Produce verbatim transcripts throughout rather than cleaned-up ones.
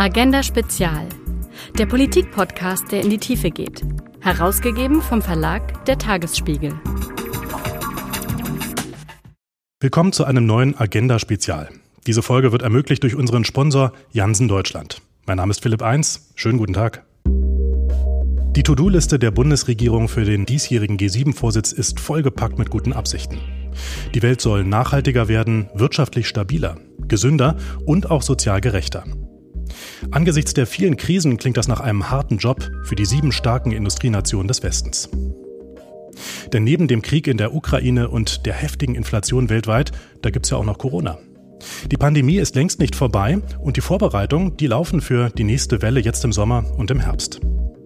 Agenda Spezial, der Politik-Podcast, der in die Tiefe geht. Herausgegeben vom Verlag Der Tagesspiegel. Willkommen zu einem neuen Agenda Spezial. Diese Folge wird ermöglicht durch unseren Sponsor Janssen Deutschland. Mein Name ist Philipp Eins. Schönen guten Tag. Die To-Do-Liste der Bundesregierung für den diesjährigen G sieben Vorsitz ist vollgepackt mit guten Absichten. Die Welt soll nachhaltiger werden, wirtschaftlich stabiler, gesünder und auch sozial gerechter. Angesichts der vielen Krisen klingt das nach einem harten Job für die sieben starken Industrienationen des Westens. Denn neben dem Krieg in der Ukraine und der heftigen Inflation weltweit, da gibt's ja auch noch Corona. Die Pandemie ist längst nicht vorbei und die Vorbereitungen, die laufen für die nächste Welle jetzt im Sommer und im Herbst.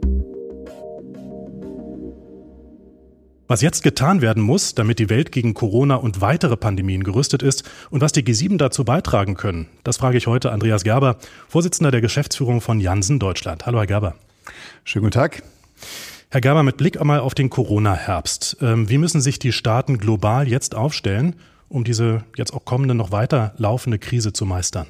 Was jetzt getan werden muss, damit die Welt gegen Corona und weitere Pandemien gerüstet ist und was die G sieben dazu beitragen können, das frage ich heute Andreas Gerber, Vorsitzender der Geschäftsführung von Janssen Deutschland. Hallo Herr Gerber. Schönen guten Tag. Herr Gerber, mit Blick einmal auf den Corona-Herbst. Wie müssen sich die Staaten global jetzt aufstellen, um diese jetzt auch kommende, noch weiter laufende Krise zu meistern?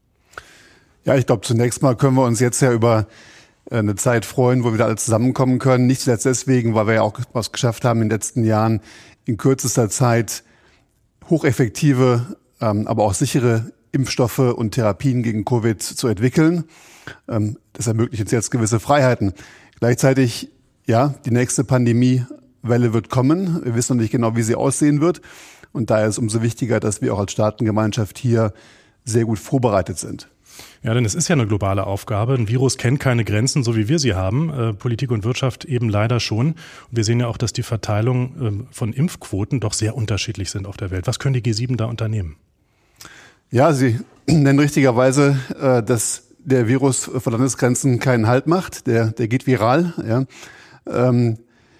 Ja, ich glaube, zunächst mal können wir uns jetzt ja über eine Zeit freuen, wo wir da alle zusammenkommen können. Nicht zuletzt deswegen, weil wir ja auch was geschafft haben in den letzten Jahren, in kürzester Zeit hocheffektive, ähm, aber auch sichere Impfstoffe und Therapien gegen Covid zu entwickeln. Ähm, das ermöglicht uns jetzt gewisse Freiheiten. Gleichzeitig, ja, die nächste Pandemiewelle wird kommen. Wir wissen noch nicht genau, wie sie aussehen wird. Und daher ist es umso wichtiger, dass wir auch als Staatengemeinschaft hier sehr gut vorbereitet sind. Ja, denn es ist ja eine globale Aufgabe. Ein Virus kennt keine Grenzen, so wie wir sie haben. Äh, Politik und Wirtschaft eben leider schon. Und wir sehen ja auch, dass die Verteilung äh, von Impfquoten doch sehr unterschiedlich sind auf der Welt. Was können die G sieben da unternehmen? Ja, Sie nennen richtigerweise, äh, dass der Virus vor Landesgrenzen keinen Halt macht. Der, der geht viral. Ja. Ähm,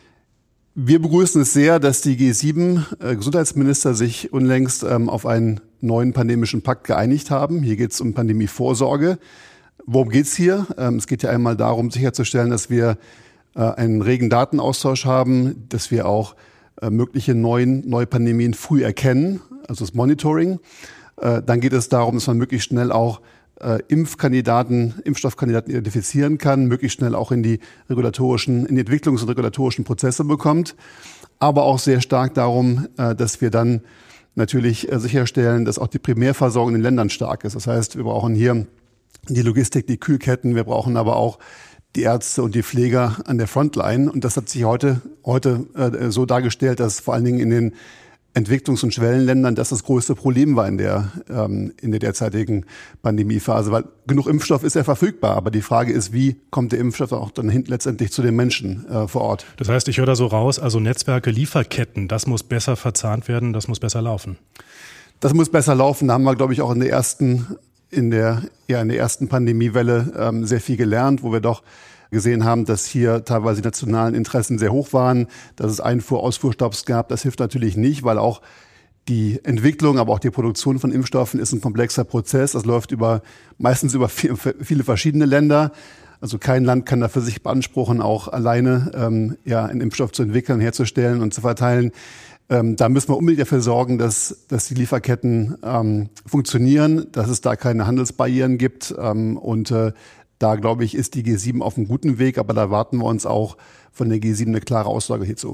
Wir begrüßen es sehr, dass die G sieben äh, Gesundheitsminister sich unlängst ähm, auf einen neuen pandemischen Pakt geeinigt haben. Hier geht es um Pandemievorsorge. Worum geht's hier? Ähm, es geht ja einmal darum, sicherzustellen, dass wir äh, einen regen Datenaustausch haben, dass wir auch äh, mögliche neuen neue Pandemien früh erkennen, also das Monitoring. Äh, dann geht es darum, dass man möglichst schnell auch äh, Impfkandidaten, Impfstoffkandidaten identifizieren kann, möglichst schnell auch in die regulatorischen, in die Entwicklungs- und regulatorischen Prozesse bekommt. Aber auch sehr stark darum, äh, dass wir dann natürlich äh, sicherstellen, dass auch die Primärversorgung in den Ländern stark ist. Das heißt, wir brauchen hier die Logistik, die Kühlketten, wir brauchen aber auch die Ärzte und die Pfleger an der Frontline. Und das hat sich heute, heute äh, so dargestellt, dass vor allen Dingen in den Entwicklungs- und Schwellenländern das das größte Problem war in der ähm, in der derzeitigen Pandemiephase, weil genug Impfstoff ist ja verfügbar, aber die Frage ist, wie kommt der Impfstoff auch dann hin, letztendlich zu den Menschen äh, vor Ort? Das heißt, ich höre da so raus, also Netzwerke, Lieferketten, das muss besser verzahnt werden, das muss besser laufen. Das muss besser laufen. Da haben wir, glaube ich, auch in der ersten in der ja in der ersten Pandemiewelle ähm, sehr viel gelernt, wo wir doch gesehen haben, dass hier teilweise die nationalen Interessen sehr hoch waren, dass es Einfuhr-Ausfuhrstopps gab. Das hilft natürlich nicht, weil auch die Entwicklung, aber auch die Produktion von Impfstoffen ist ein komplexer Prozess. Das läuft über meistens über viele verschiedene Länder. Also kein Land kann da für sich beanspruchen, auch alleine ähm, ja einen Impfstoff zu entwickeln, herzustellen und zu verteilen. Ähm, da müssen wir unbedingt dafür sorgen, dass, dass die Lieferketten ähm, funktionieren, dass es da keine Handelsbarrieren gibt ähm, und äh, Da, glaube ich, ist die G sieben auf einem guten Weg, aber da warten wir uns auch von der G sieben eine klare Aussage hierzu.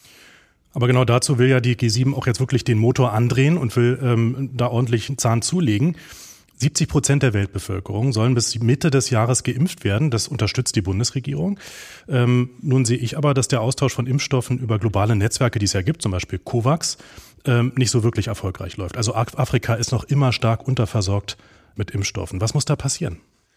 Aber genau dazu will ja die G sieben auch jetzt wirklich den Motor andrehen und will ähm, da ordentlich einen Zahn zulegen. siebzig Prozent der Weltbevölkerung sollen bis Mitte des Jahres geimpft werden. Das unterstützt die Bundesregierung. Ähm, nun sehe ich aber, dass der Austausch von Impfstoffen über globale Netzwerke, die es ja gibt, zum Beispiel COVAX, ähm, nicht so wirklich erfolgreich läuft. Also Afrika ist noch immer stark unterversorgt mit Impfstoffen. Was muss da passieren?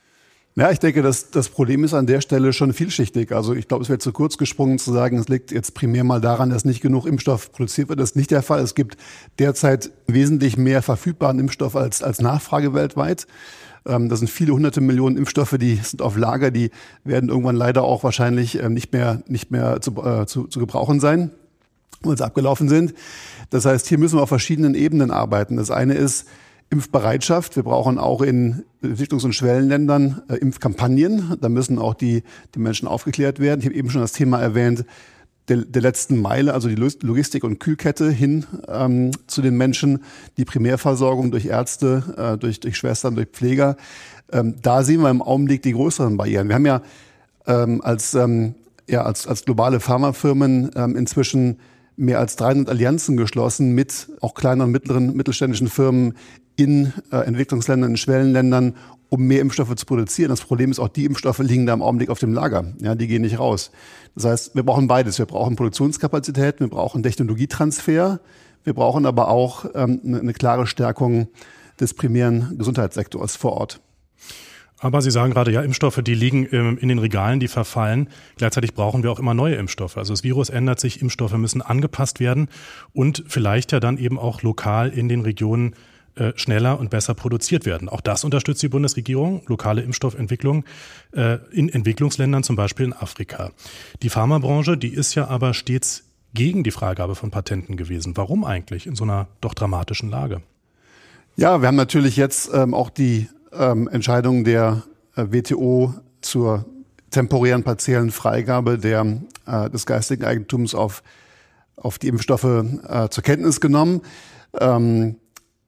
Ja, ich denke, dass das Problem ist an der Stelle schon vielschichtig. Also ich glaube, es wäre zu kurz gesprungen zu sagen, es liegt jetzt primär mal daran, dass nicht genug Impfstoff produziert wird. Das ist nicht der Fall. Es gibt derzeit wesentlich mehr verfügbaren Impfstoff als, als Nachfrage weltweit. Ähm, das sind viele hunderte Millionen Impfstoffe, die sind auf Lager, die werden irgendwann leider auch wahrscheinlich äh, nicht mehr, nicht mehr zu, äh, zu, zu gebrauchen sein, weil sie abgelaufen sind. Das heißt, hier müssen wir auf verschiedenen Ebenen arbeiten. Das eine ist Impfbereitschaft. Wir brauchen auch in Entwicklungs- und Schwellenländern äh, Impfkampagnen. Da müssen auch die, die Menschen aufgeklärt werden. Ich habe eben schon das Thema erwähnt, der, der letzten Meile, also die Logistik und Kühlkette hin ähm, zu den Menschen, die Primärversorgung durch Ärzte, äh, durch, durch Schwestern, durch Pfleger. Ähm, da sehen wir im Augenblick die größeren Barrieren. Wir haben ja ähm, als, ähm, ja, als, als globale Pharmafirmen ähm, inzwischen mehr als dreihundert Allianzen geschlossen mit auch kleineren, mittleren, mittelständischen Firmen in äh, Entwicklungsländern, in Schwellenländern, um mehr Impfstoffe zu produzieren. Das Problem ist auch, die Impfstoffe liegen da im Augenblick auf dem Lager. Ja, die gehen nicht raus. Das heißt, wir brauchen beides. Wir brauchen Produktionskapazität, wir brauchen Technologietransfer, wir brauchen aber auch ähm, eine, eine klare Stärkung des primären Gesundheitssektors vor Ort. Aber Sie sagen gerade, ja, Impfstoffe, die liegen ähm, in den Regalen, die verfallen. Gleichzeitig brauchen wir auch immer neue Impfstoffe. Also das Virus ändert sich, Impfstoffe müssen angepasst werden und vielleicht ja dann eben auch lokal in den Regionen äh, schneller und besser produziert werden. Auch das unterstützt die Bundesregierung, lokale Impfstoffentwicklung äh, in Entwicklungsländern, zum Beispiel in Afrika. Die Pharmabranche, die ist ja aber stets gegen die Freigabe von Patenten gewesen. Warum eigentlich in so einer doch dramatischen Lage? Ja, wir haben natürlich jetzt ähm, auch die Ähm, Entscheidung der äh, W T O zur temporären partiellen Freigabe der, äh, des geistigen Eigentums auf, auf die Impfstoffe äh, zur Kenntnis genommen. Ähm,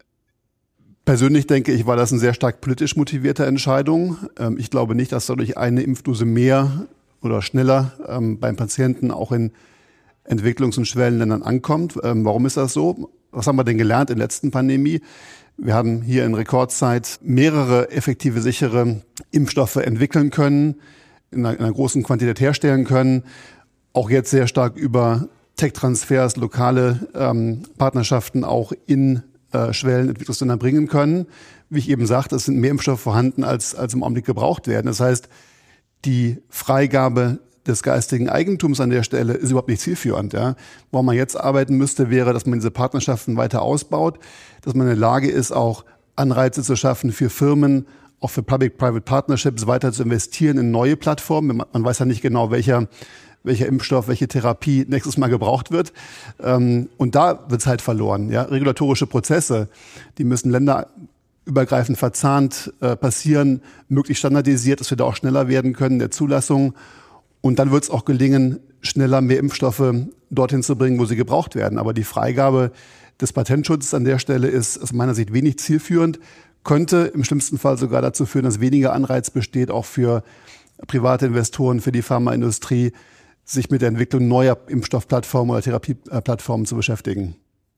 persönlich denke ich, war das eine sehr stark politisch motivierte Entscheidung. Ähm, ich glaube nicht, dass dadurch eine Impfdose mehr oder schneller ähm, beim Patienten auch in Entwicklungs- und Schwellenländern ankommt. Ähm, warum ist das so? Was haben wir denn gelernt in der letzten Pandemie? Wir haben hier in Rekordzeit mehrere effektive, sichere Impfstoffe entwickeln können, in einer, in einer großen Quantität herstellen können, auch jetzt sehr stark über Tech-Transfers, lokale ähm, Partnerschaften auch in äh, Schwellenentwicklungsländer bringen können. Wie ich eben sagte, es sind mehr Impfstoffe vorhanden, als, als im Augenblick gebraucht werden. Das heißt, die Freigabe des geistigen Eigentums an der Stelle ist überhaupt nicht zielführend. Ja. Woran man jetzt arbeiten müsste, wäre, dass man diese Partnerschaften weiter ausbaut, dass man in der Lage ist, auch Anreize zu schaffen für Firmen, auch für Public-Private Partnerships weiter zu investieren in neue Plattformen. Man weiß ja nicht genau, welcher, welcher Impfstoff, welche Therapie nächstes Mal gebraucht wird. Und da wird es halt verloren. Ja. Regulatorische Prozesse, die müssen länderübergreifend verzahnt passieren, möglichst standardisiert, dass wir da auch schneller werden können der Zulassung. Und dann wird es auch gelingen, schneller mehr Impfstoffe dorthin zu bringen, wo sie gebraucht werden. Aber die Freigabe des Patentschutzes an der Stelle ist aus meiner Sicht wenig zielführend, könnte im schlimmsten Fall sogar dazu führen, dass weniger Anreiz besteht, auch für private Investoren, für die Pharmaindustrie, sich mit der Entwicklung neuer Impfstoffplattformen oder Therapieplattformen zu beschäftigen.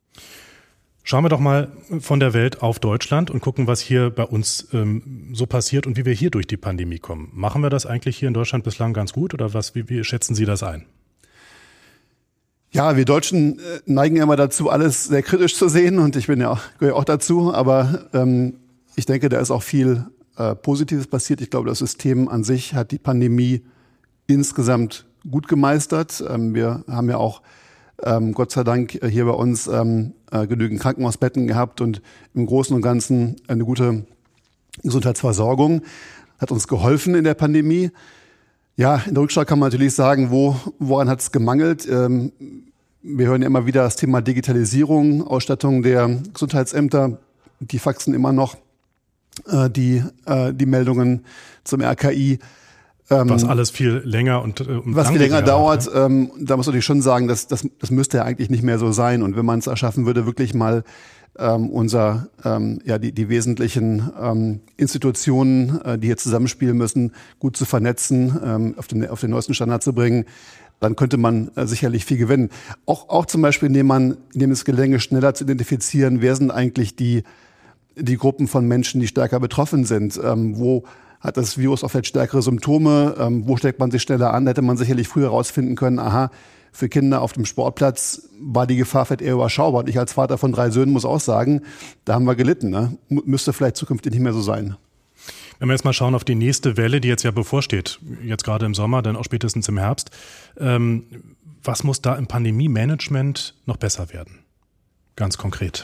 Schauen wir doch mal von der Welt auf Deutschland und gucken, was hier bei uns ähm, so passiert und wie wir hier durch die Pandemie kommen. Machen wir das eigentlich hier in Deutschland bislang ganz gut oder was? Wie, wie schätzen Sie das ein? Ja, wir Deutschen äh, neigen immer dazu, alles sehr kritisch zu sehen und ich bin ja auch, gehöre auch dazu. Aber ähm, ich denke, da ist auch viel äh, Positives passiert. Ich glaube, das System an sich hat die Pandemie insgesamt gut gemeistert. Ähm, wir haben ja auch Ähm, Gott sei Dank hier bei uns ähm, äh, genügend Krankenhausbetten gehabt und im Großen und Ganzen eine gute Gesundheitsversorgung. Hat uns geholfen in der Pandemie. Ja, in der Rückschau kann man natürlich sagen, wo, woran hat es gemangelt? Ähm, wir hören ja immer wieder das Thema Digitalisierung, Ausstattung der Gesundheitsämter. Die faxen immer noch äh, die, äh, die Meldungen zum R K I. Was alles viel länger und, äh, und was viel länger dauert, hat, ne? ähm, da muss man natürlich schon sagen, dass das, das müsste ja eigentlich nicht mehr so sein. Und wenn man es erschaffen würde, wirklich mal ähm, unser ähm, ja die die wesentlichen ähm, Institutionen, äh, die hier zusammenspielen müssen, gut zu vernetzen, ähm, auf den auf den neuesten Standard zu bringen, dann könnte man äh, sicherlich viel gewinnen. Auch auch zum Beispiel, indem man, indem es gelänge, schneller zu identifizieren, wer sind eigentlich die die Gruppen von Menschen, die stärker betroffen sind, ähm, wo hat das Virus auch vielleicht stärkere Symptome, ähm, wo steckt man sich schneller an, da hätte man sicherlich früher herausfinden können, aha, für Kinder auf dem Sportplatz war die Gefahr vielleicht eher überschaubar. Und ich als Vater von drei Söhnen muss auch sagen, da haben wir gelitten. Ne? M- müsste vielleicht zukünftig nicht mehr so sein. Wenn wir jetzt mal schauen auf die nächste Welle, die jetzt ja bevorsteht, jetzt gerade im Sommer, dann auch spätestens im Herbst, ähm, was muss da im Pandemie-Management noch besser werden? Ganz konkret.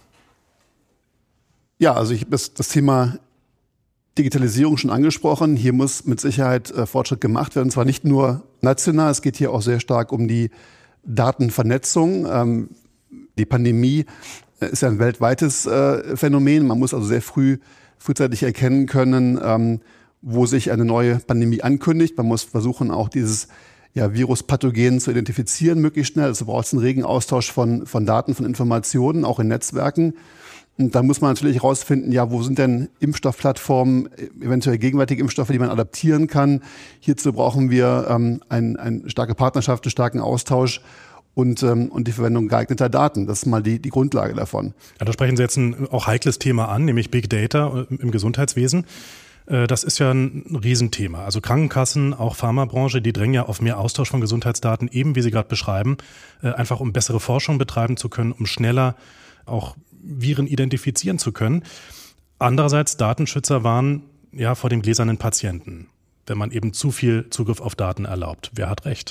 Ja, also ich habe das, das Thema Digitalisierung schon angesprochen. Hier muss mit Sicherheit äh, Fortschritt gemacht werden. Und zwar nicht nur national, es geht hier auch sehr stark um die Datenvernetzung. Ähm, die Pandemie äh, ist ja ein weltweites äh, Phänomen. Man muss also sehr früh, frühzeitig erkennen können, ähm, wo sich eine neue Pandemie ankündigt. Man muss versuchen, auch dieses ja, Viruspathogen zu identifizieren, möglichst schnell. Also braucht es einen regen Austausch von, von Daten, von Informationen, auch in Netzwerken. Und dann muss man natürlich herausfinden, ja, wo sind denn Impfstoffplattformen, eventuell gegenwärtige Impfstoffe, die man adaptieren kann. Hierzu brauchen wir ähm, eine ein starke Partnerschaft, einen starken Austausch und, ähm, und die Verwendung geeigneter Daten. Das ist mal die, die Grundlage davon. Ja, da sprechen Sie jetzt ein auch heikles Thema an, nämlich Big Data im Gesundheitswesen. Das ist ja ein Riesenthema. Also Krankenkassen, auch Pharmabranche, die drängen ja auf mehr Austausch von Gesundheitsdaten, eben wie Sie gerade beschreiben, einfach um bessere Forschung betreiben zu können, um schneller auch Viren identifizieren zu können. Andererseits, Datenschützer warnen ja vor dem gläsernen Patienten, wenn man eben zu viel Zugriff auf Daten erlaubt. Wer hat recht?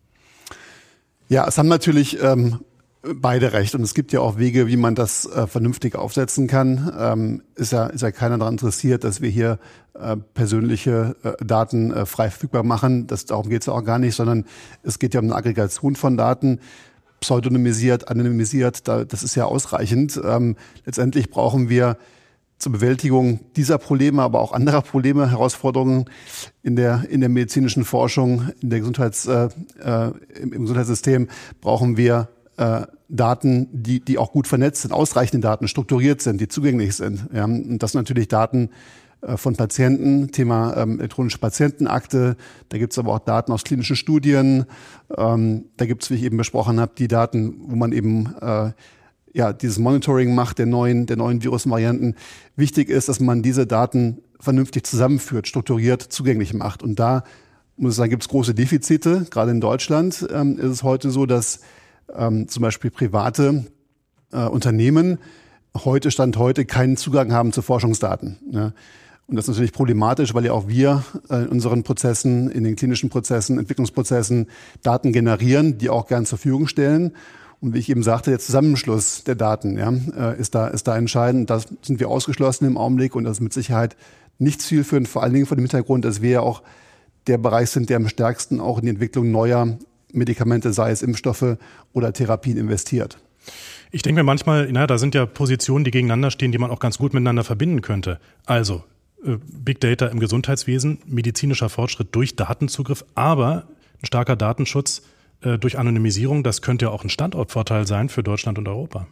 Ja, es haben natürlich ähm, beide recht. Und es gibt ja auch Wege, wie man das äh, vernünftig aufsetzen kann. Ähm, ist ja, ist ja keiner daran interessiert, dass wir hier äh, persönliche äh, Daten äh, frei verfügbar machen. Das, darum geht es ja auch gar nicht, sondern es geht ja um eine Aggregation von Daten. Pseudonymisiert, anonymisiert, da, das ist ja ausreichend. Ähm, letztendlich brauchen wir zur Bewältigung dieser Probleme, aber auch anderer Probleme, Herausforderungen in der in der medizinischen Forschung, in der Gesundheits äh, äh, im, im Gesundheitssystem brauchen wir äh, Daten, die die auch gut vernetzt sind, ausreichende Daten, strukturiert sind, die zugänglich sind. Ja, und das sind natürlich Daten von Patienten, Thema ähm, elektronische Patientenakte. Da gibt's aber auch Daten aus klinischen Studien. Ähm, da gibt's, wie ich eben besprochen habe, die Daten, wo man eben äh, ja dieses Monitoring macht der neuen der neuen Virusvarianten. Wichtig ist, dass man diese Daten vernünftig zusammenführt, strukturiert, zugänglich macht. Und da muss ich sagen, gibt's große Defizite. Gerade in Deutschland ähm, ist es heute so, dass ähm, zum Beispiel private äh, Unternehmen heute, Stand heute, keinen Zugang haben zu Forschungsdaten. Ja. Und das ist natürlich problematisch, weil ja auch wir in unseren Prozessen, in den klinischen Prozessen, Entwicklungsprozessen Daten generieren, die auch gern zur Verfügung stellen. Und wie ich eben sagte, der Zusammenschluss der Daten ja, ist da, ist da entscheidend. Da sind wir ausgeschlossen im Augenblick und das ist mit Sicherheit nicht zielführend, vor allen Dingen vor dem Hintergrund, dass wir ja auch der Bereich sind, der am stärksten auch in die Entwicklung neuer Medikamente, sei es Impfstoffe oder Therapien, investiert. Ich denke mir manchmal, na, da sind ja Positionen, die gegeneinander stehen, die man auch ganz gut miteinander verbinden könnte. Also Big Data im Gesundheitswesen, medizinischer Fortschritt durch Datenzugriff, aber ein starker Datenschutz äh, durch Anonymisierung, das könnte ja auch ein Standortvorteil sein für Deutschland und Europa.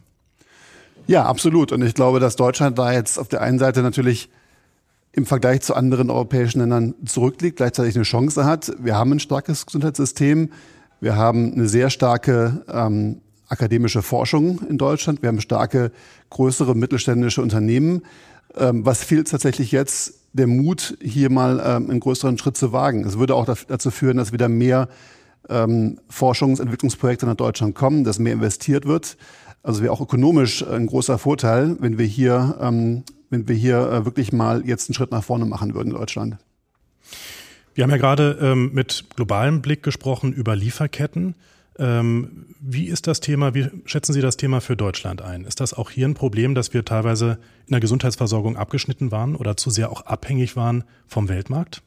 Ja, absolut. Und ich glaube, dass Deutschland da jetzt auf der einen Seite natürlich im Vergleich zu anderen europäischen Ländern zurückliegt, gleichzeitig eine Chance hat. Wir haben ein starkes Gesundheitssystem, wir haben eine sehr starke ähm, akademische Forschung in Deutschland, wir haben starke, größere mittelständische Unternehmen. Ähm, was fehlt tatsächlich jetzt? Der Mut, hier mal ähm, einen größeren Schritt zu wagen. Es würde auch dazu führen, dass wieder mehr ähm, Forschungs- und Entwicklungsprojekte nach Deutschland kommen, dass mehr investiert wird. Also wäre auch ökonomisch ein großer Vorteil, wenn wir hier, ähm, wenn wir hier äh, wirklich mal jetzt einen Schritt nach vorne machen würden in Deutschland. Wir haben ja gerade ähm, mit globalem Blick gesprochen über Lieferketten. Ähm, wie ist das Thema, wie schätzen Sie das Thema für Deutschland ein? Ist das auch hier ein Problem, dass wir teilweise in der Gesundheitsversorgung abgeschnitten waren oder zu sehr auch abhängig waren vom Weltmarkt?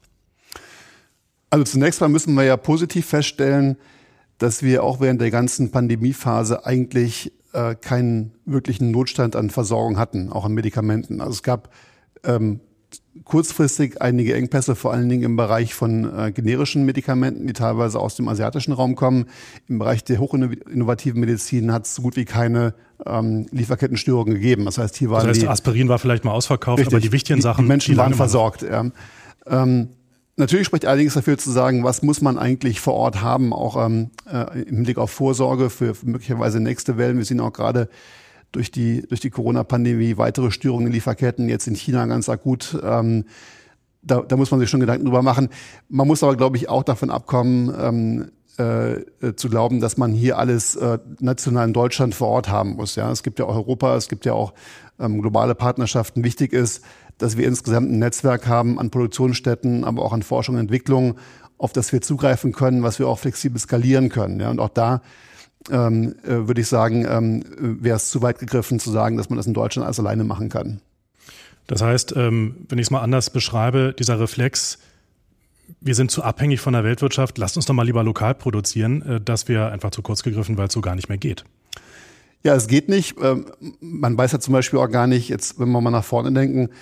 Also zunächst mal müssen wir ja positiv feststellen, dass wir auch während der ganzen Pandemiephase eigentlich äh, keinen wirklichen Notstand an Versorgung hatten, auch an Medikamenten. Also es gab ähm, kurzfristig einige Engpässe, vor allen Dingen im Bereich von äh, generischen Medikamenten, die teilweise aus dem asiatischen Raum kommen. Im Bereich der hochinnovativen Medizin hat es so gut wie keine ähm, Lieferkettenstörungen gegeben. Das heißt, hier waren das heißt, die Aspirin war vielleicht mal ausverkauft, richtig, aber die wichtigen die, Sachen, die Menschen die waren versorgt. Ja. Ähm, natürlich spricht einiges dafür zu sagen, was muss man eigentlich vor Ort haben, auch ähm, äh, im Hinblick auf Vorsorge für, für möglicherweise nächste Wellen. Wir sehen auch gerade durch die durch die Corona-Pandemie weitere Störungen in Lieferketten, jetzt in China ganz akut. Ähm, da, da muss man sich schon Gedanken drüber machen. Man muss aber, glaube ich, auch davon abkommen, ähm, äh, zu glauben, dass man hier alles äh, national in Deutschland vor Ort haben muss. Ja, es gibt ja auch Europa, es gibt ja auch ähm, globale Partnerschaften. Wichtig ist, dass wir insgesamt ein Netzwerk haben an Produktionsstätten, aber auch an Forschung und Entwicklung, auf das wir zugreifen können, was wir auch flexibel skalieren können. Ja, und auch da ähm, äh, würde ich sagen, ähm, wäre es zu weit gegriffen zu sagen, dass man das in Deutschland alles alleine machen kann. Das heißt, ähm, wenn ich es mal anders beschreibe, dieser Reflex, wir sind zu abhängig von der Weltwirtschaft, lasst uns doch mal lieber lokal produzieren, äh, das wäre einfach zu kurz gegriffen, weil es so gar nicht mehr geht. Ja, es geht nicht. Ähm, man weiß ja zum Beispiel auch gar nicht, jetzt, wenn wir mal nach vorne denken,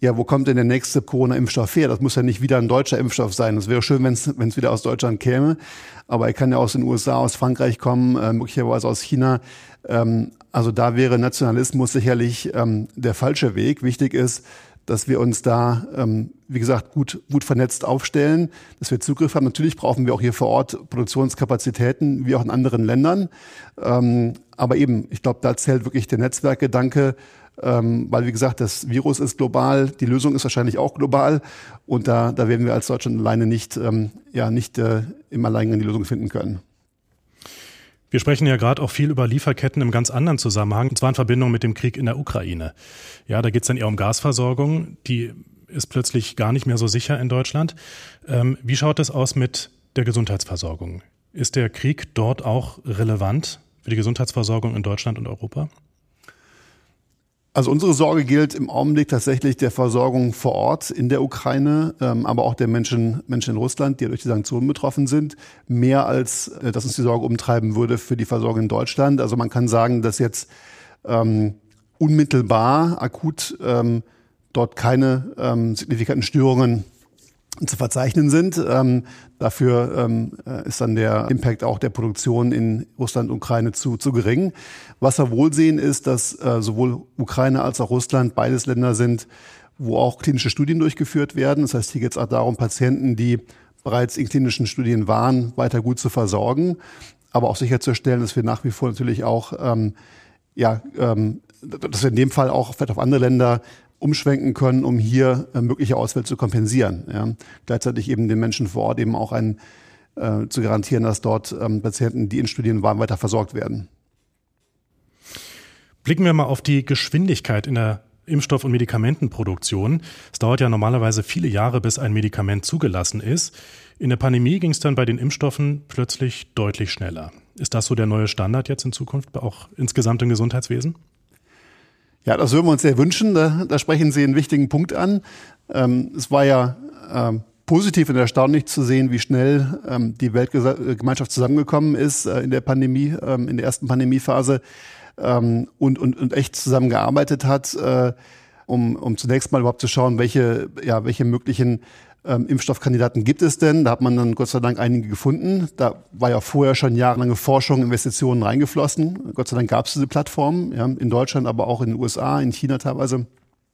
ja, wo kommt denn der nächste Corona-Impfstoff her? Das muss ja nicht wieder ein deutscher Impfstoff sein. Das wäre schön, wenn es wieder aus Deutschland käme. Aber er kann ja aus den U S A, aus Frankreich kommen, äh, möglicherweise aus China. Ähm, also da wäre Nationalismus sicherlich ähm, der falsche Weg. Wichtig ist, dass wir uns da, ähm, wie gesagt, gut, gut vernetzt aufstellen, dass wir Zugriff haben. Natürlich brauchen wir auch hier vor Ort Produktionskapazitäten, wie auch in anderen Ländern. Ähm, aber eben, ich glaube, da zählt wirklich der Netzwerkgedanke, ähm, weil, wie gesagt, das Virus ist global, die Lösung ist wahrscheinlich auch global. Und da, da werden wir als Deutschland alleine nicht, ähm, ja, nicht äh, im Alleingang die Lösung finden können. Wir sprechen ja gerade auch viel über Lieferketten im ganz anderen Zusammenhang, und zwar in Verbindung mit dem Krieg in der Ukraine. Ja, da geht es dann eher um Gasversorgung, die ist plötzlich gar nicht mehr so sicher in Deutschland. Ähm, wie schaut es aus mit der Gesundheitsversorgung? Ist der Krieg dort auch relevant für die Gesundheitsversorgung in Deutschland und Europa? Also unsere Sorge gilt im Augenblick tatsächlich der Versorgung vor Ort in der Ukraine, ähm, aber auch der Menschen, Menschen in Russland, die durch die Sanktionen betroffen sind, mehr als, äh, dass uns die Sorge umtreiben würde für die Versorgung in Deutschland. Also man kann sagen, dass jetzt ähm, unmittelbar, akut ähm, dort keine ähm, signifikanten Störungen zu verzeichnen sind. Ähm, dafür ähm, ist dann der Impact auch der Produktion in Russland und Ukraine zu, zu gering. Was wir wohl sehen, ist, dass äh, sowohl Ukraine als auch Russland beides Länder sind, wo auch klinische Studien durchgeführt werden. Das heißt, hier geht es auch darum, Patienten, die bereits in klinischen Studien waren, weiter gut zu versorgen, aber auch sicherzustellen, dass wir nach wie vor natürlich auch, ähm, ja, ähm, dass wir in dem Fall auch vielleicht auf andere Länder umschwenken können, um hier äh, mögliche Ausfälle zu kompensieren. Ja. Gleichzeitig eben den Menschen vor Ort eben auch ein, äh, zu garantieren, dass dort ähm, Patienten, die in Studien waren, weiter versorgt werden. Blicken wir mal auf die Geschwindigkeit in der Impfstoff- und Medikamentenproduktion. Es dauert ja normalerweise viele Jahre, bis ein Medikament zugelassen ist. In der Pandemie ging es dann bei den Impfstoffen plötzlich deutlich schneller. Ist das so der neue Standard jetzt in Zukunft, auch insgesamt im Gesundheitswesen? Ja, das würden wir uns sehr wünschen. Da, da sprechen Sie einen wichtigen Punkt an. Ähm, es war ja ähm, positiv und erstaunlich zu sehen, wie schnell ähm, die Weltgemeinschaft zusammengekommen ist äh, in der Pandemie, ähm, in der ersten Pandemiephase ähm, und, und, und echt zusammengearbeitet hat, äh, um, um zunächst mal überhaupt zu schauen, welche, ja, welche möglichen Ähm, Impfstoffkandidaten gibt es denn? Da hat man dann Gott sei Dank einige gefunden. Da war ja vorher schon jahrelange Forschung, Investitionen reingeflossen. Gott sei Dank gab es diese Plattform, ja, in Deutschland, aber auch in den U S A, in China teilweise.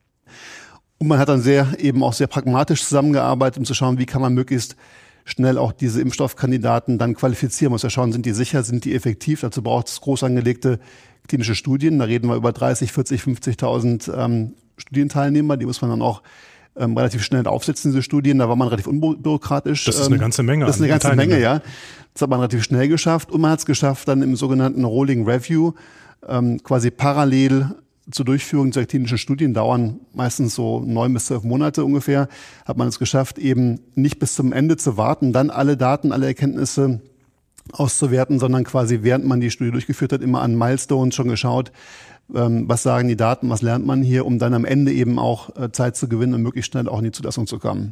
Und man hat dann sehr, eben auch sehr pragmatisch zusammengearbeitet, um zu schauen, wie kann man möglichst schnell auch diese Impfstoffkandidaten dann qualifizieren. Man muss ja schauen, sind die sicher, sind die effektiv? Dazu braucht es groß angelegte klinische Studien. Da reden wir über dreißig, vierzig, fünfzigtausend ähm, Studienteilnehmer. Die muss man dann auch Ähm, relativ schnell aufsetzen, diese Studien. Da war man relativ unbürokratisch. Das ist eine ganze Menge. Das ist eine ganze Menge, ja. Das hat man relativ schnell geschafft. Und man hat es geschafft, dann im sogenannten Rolling Review ähm, quasi parallel zur Durchführung der klinischen Studien, dauern meistens so neun bis zwölf Monate ungefähr, hat man es geschafft, eben nicht bis zum Ende zu warten, dann alle Daten, alle Erkenntnisse auszuwerten, sondern quasi während man die Studie durchgeführt hat, immer an Milestones schon geschaut, was sagen die Daten, was lernt man hier, um dann am Ende eben auch Zeit zu gewinnen und möglichst schnell auch in die Zulassung zu kommen.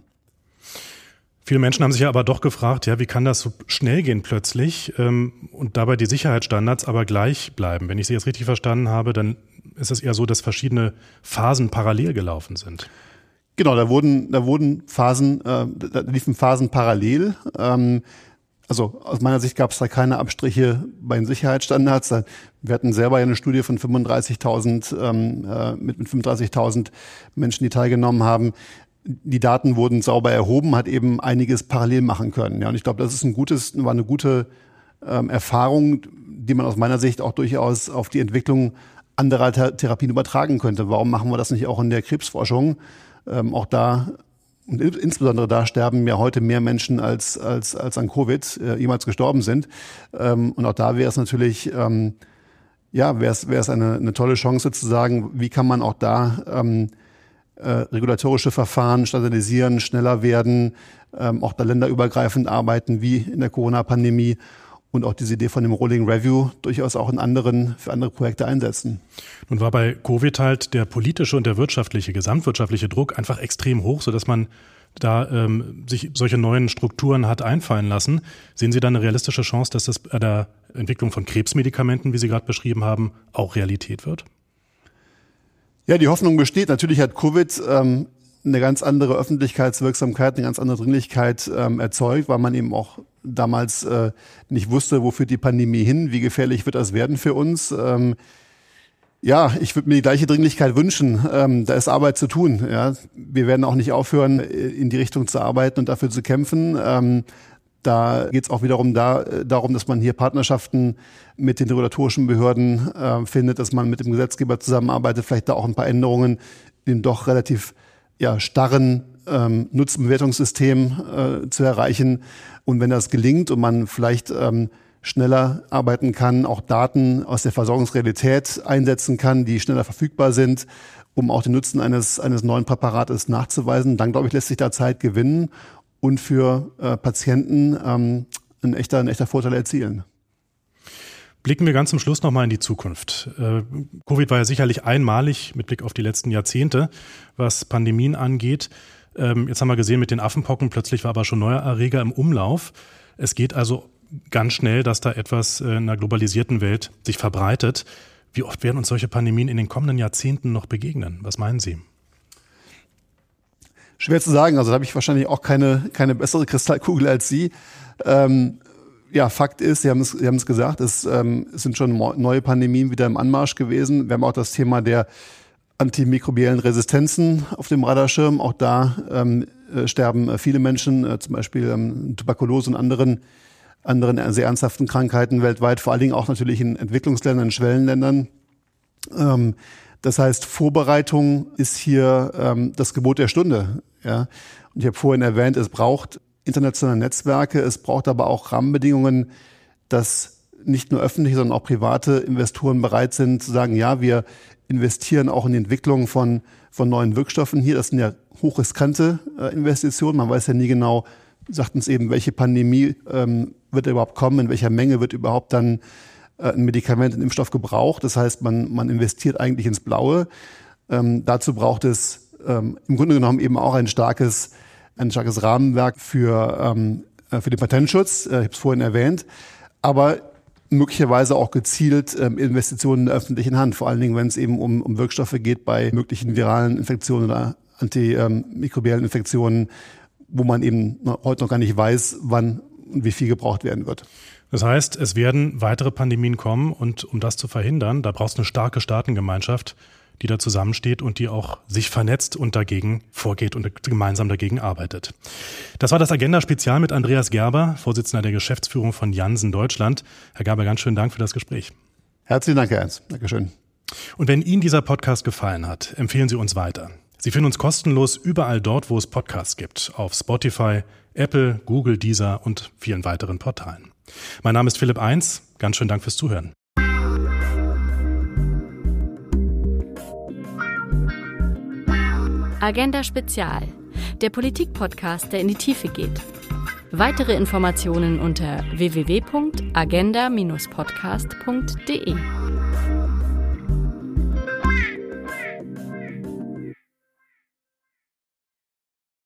Viele Menschen haben sich ja aber doch gefragt, ja, wie kann das so schnell gehen plötzlich ähm, und dabei die Sicherheitsstandards aber gleich bleiben? Wenn ich Sie jetzt richtig verstanden habe, dann ist es eher so, dass verschiedene Phasen parallel gelaufen sind. Genau, da wurden, da wurden Phasen, äh, da liefen Phasen parallel. Ähm, Also aus meiner Sicht gab es da keine Abstriche bei den Sicherheitsstandards. Wir hatten selber ja eine Studie von fünfunddreißigtausend ähm, äh, mit, mit fünfunddreißigtausend Menschen, die teilgenommen haben. Die Daten wurden sauber erhoben, hat eben einiges parallel machen können. Ja, und ich glaube, das ist ein gutes, war eine gute ähm, Erfahrung, die man aus meiner Sicht auch durchaus auf die Entwicklung anderer Th- Therapien übertragen könnte. Warum machen wir das nicht auch in der Krebsforschung? Ähm, auch da Und insbesondere da sterben ja heute mehr Menschen als als als an Covid äh, jemals gestorben sind. Ähm, und auch da wäre es natürlich ähm, ja wäre es wäre es eine eine tolle Chance zu sagen, wie kann man auch da ähm, äh, regulatorische Verfahren standardisieren, schneller werden, ähm, auch da länderübergreifend arbeiten wie in der Corona-Pandemie und auch diese Idee von dem Rolling Review durchaus auch in anderen für andere Projekte einsetzen. Nun war bei Covid halt der politische und der wirtschaftliche, gesamtwirtschaftliche Druck einfach extrem hoch, sodass man da ähm, sich solche neuen Strukturen hat einfallen lassen. Sehen Sie da eine realistische Chance, dass das bei der Entwicklung von Krebsmedikamenten, wie Sie gerade beschrieben haben, auch Realität wird? Ja, die Hoffnung besteht. Natürlich hat Covid ähm, eine ganz andere Öffentlichkeitswirksamkeit, eine ganz andere Dringlichkeit ähm, erzeugt, weil man eben auch damals äh, nicht wusste, wo führt die Pandemie hin, wie gefährlich wird das werden für uns. Ähm, ja, ich würde mir die gleiche Dringlichkeit wünschen. Ähm, da ist Arbeit zu tun. Ja. Wir werden auch nicht aufhören, in die Richtung zu arbeiten und dafür zu kämpfen. Ähm, Da geht es auch wiederum da, darum, dass man hier Partnerschaften mit den regulatorischen Behörden äh, findet, dass man mit dem Gesetzgeber zusammenarbeitet, vielleicht da auch ein paar Änderungen in dem doch relativ ja, starren ähm, Nutzenbewertungssystem äh, zu erreichen. Und wenn das gelingt und man vielleicht ähm, schneller arbeiten kann, auch Daten aus der Versorgungsrealität einsetzen kann, die schneller verfügbar sind, um auch den Nutzen eines, eines neuen Präparates nachzuweisen, dann, glaube ich, lässt sich da Zeit gewinnen und für äh, Patienten ähm, ein echter, ein echter Vorteil erzielen. Blicken wir ganz zum Schluss nochmal in die Zukunft. Äh, Covid war ja sicherlich einmalig mit Blick auf die letzten Jahrzehnte, was Pandemien angeht. Ähm, jetzt haben wir gesehen mit den Affenpocken, plötzlich war aber schon neuer Erreger im Umlauf. Es geht also ganz schnell, dass da etwas in einer globalisierten Welt sich verbreitet. Wie oft werden uns solche Pandemien in den kommenden Jahrzehnten noch begegnen? Was meinen Sie? Schwer zu sagen, also da habe ich wahrscheinlich auch keine keine bessere Kristallkugel als Sie. Ähm, ja, Fakt ist, Sie haben es, Sie haben es gesagt, es, ähm, es sind schon neue Pandemien wieder im Anmarsch gewesen. Wir haben auch das Thema der antimikrobiellen Resistenzen auf dem Radarschirm. Auch da ähm, äh, sterben viele Menschen, äh, zum Beispiel ähm, Tuberkulose und anderen anderen sehr ernsthaften Krankheiten weltweit, vor allen Dingen auch natürlich in Entwicklungsländern, in Schwellenländern. Ähm, Das heißt, Vorbereitung ist hier ähm, das Gebot der Stunde. Ja? Und ich habe vorhin erwähnt, es braucht internationale Netzwerke, es braucht aber auch Rahmenbedingungen, dass nicht nur öffentliche, sondern auch private Investoren bereit sind zu sagen, ja, wir investieren auch in die Entwicklung von, von neuen Wirkstoffen hier. Das sind ja hochriskante äh, Investitionen. Man weiß ja nie genau, sagt uns eben, welche Pandemie ähm, wird überhaupt kommen, in welcher Menge wird überhaupt dann ein Medikament, ein Impfstoff gebraucht. Das heißt, man, man investiert eigentlich ins Blaue. Ähm, dazu braucht es ähm, im Grunde genommen eben auch ein starkes, ein starkes Rahmenwerk für, ähm, für den Patentschutz. Äh, ich habe es vorhin erwähnt. Aber möglicherweise auch gezielt ähm, Investitionen in der öffentlichen Hand. Vor allen Dingen, wenn es eben um, um Wirkstoffe geht bei möglichen viralen Infektionen oder antimikrobiellen Infektionen, wo man eben heute noch gar nicht weiß, wann und wie viel gebraucht werden wird. Das heißt, es werden weitere Pandemien kommen und um das zu verhindern, da brauchst du eine starke Staatengemeinschaft, die da zusammensteht und die auch sich vernetzt und dagegen vorgeht und gemeinsam dagegen arbeitet. Das war das Agenda-Spezial mit Andreas Gerber, Vorsitzender der Geschäftsführung von Janssen Deutschland. Herr Gerber, ganz schönen Dank für das Gespräch. Herzlichen Dank, Herr Ernst. Dankeschön. Und wenn Ihnen dieser Podcast gefallen hat, empfehlen Sie uns weiter. Sie finden uns kostenlos überall dort, wo es Podcasts gibt, auf Spotify, Apple, Google, Deezer und vielen weiteren Portalen. Mein Name ist Philipp Eins. Ganz schönen Dank fürs Zuhören. Agenda Spezial, der Politik-Podcast, der in die Tiefe geht. Weitere Informationen unter w w w punkt agenda Bindestrich podcast punkt d e.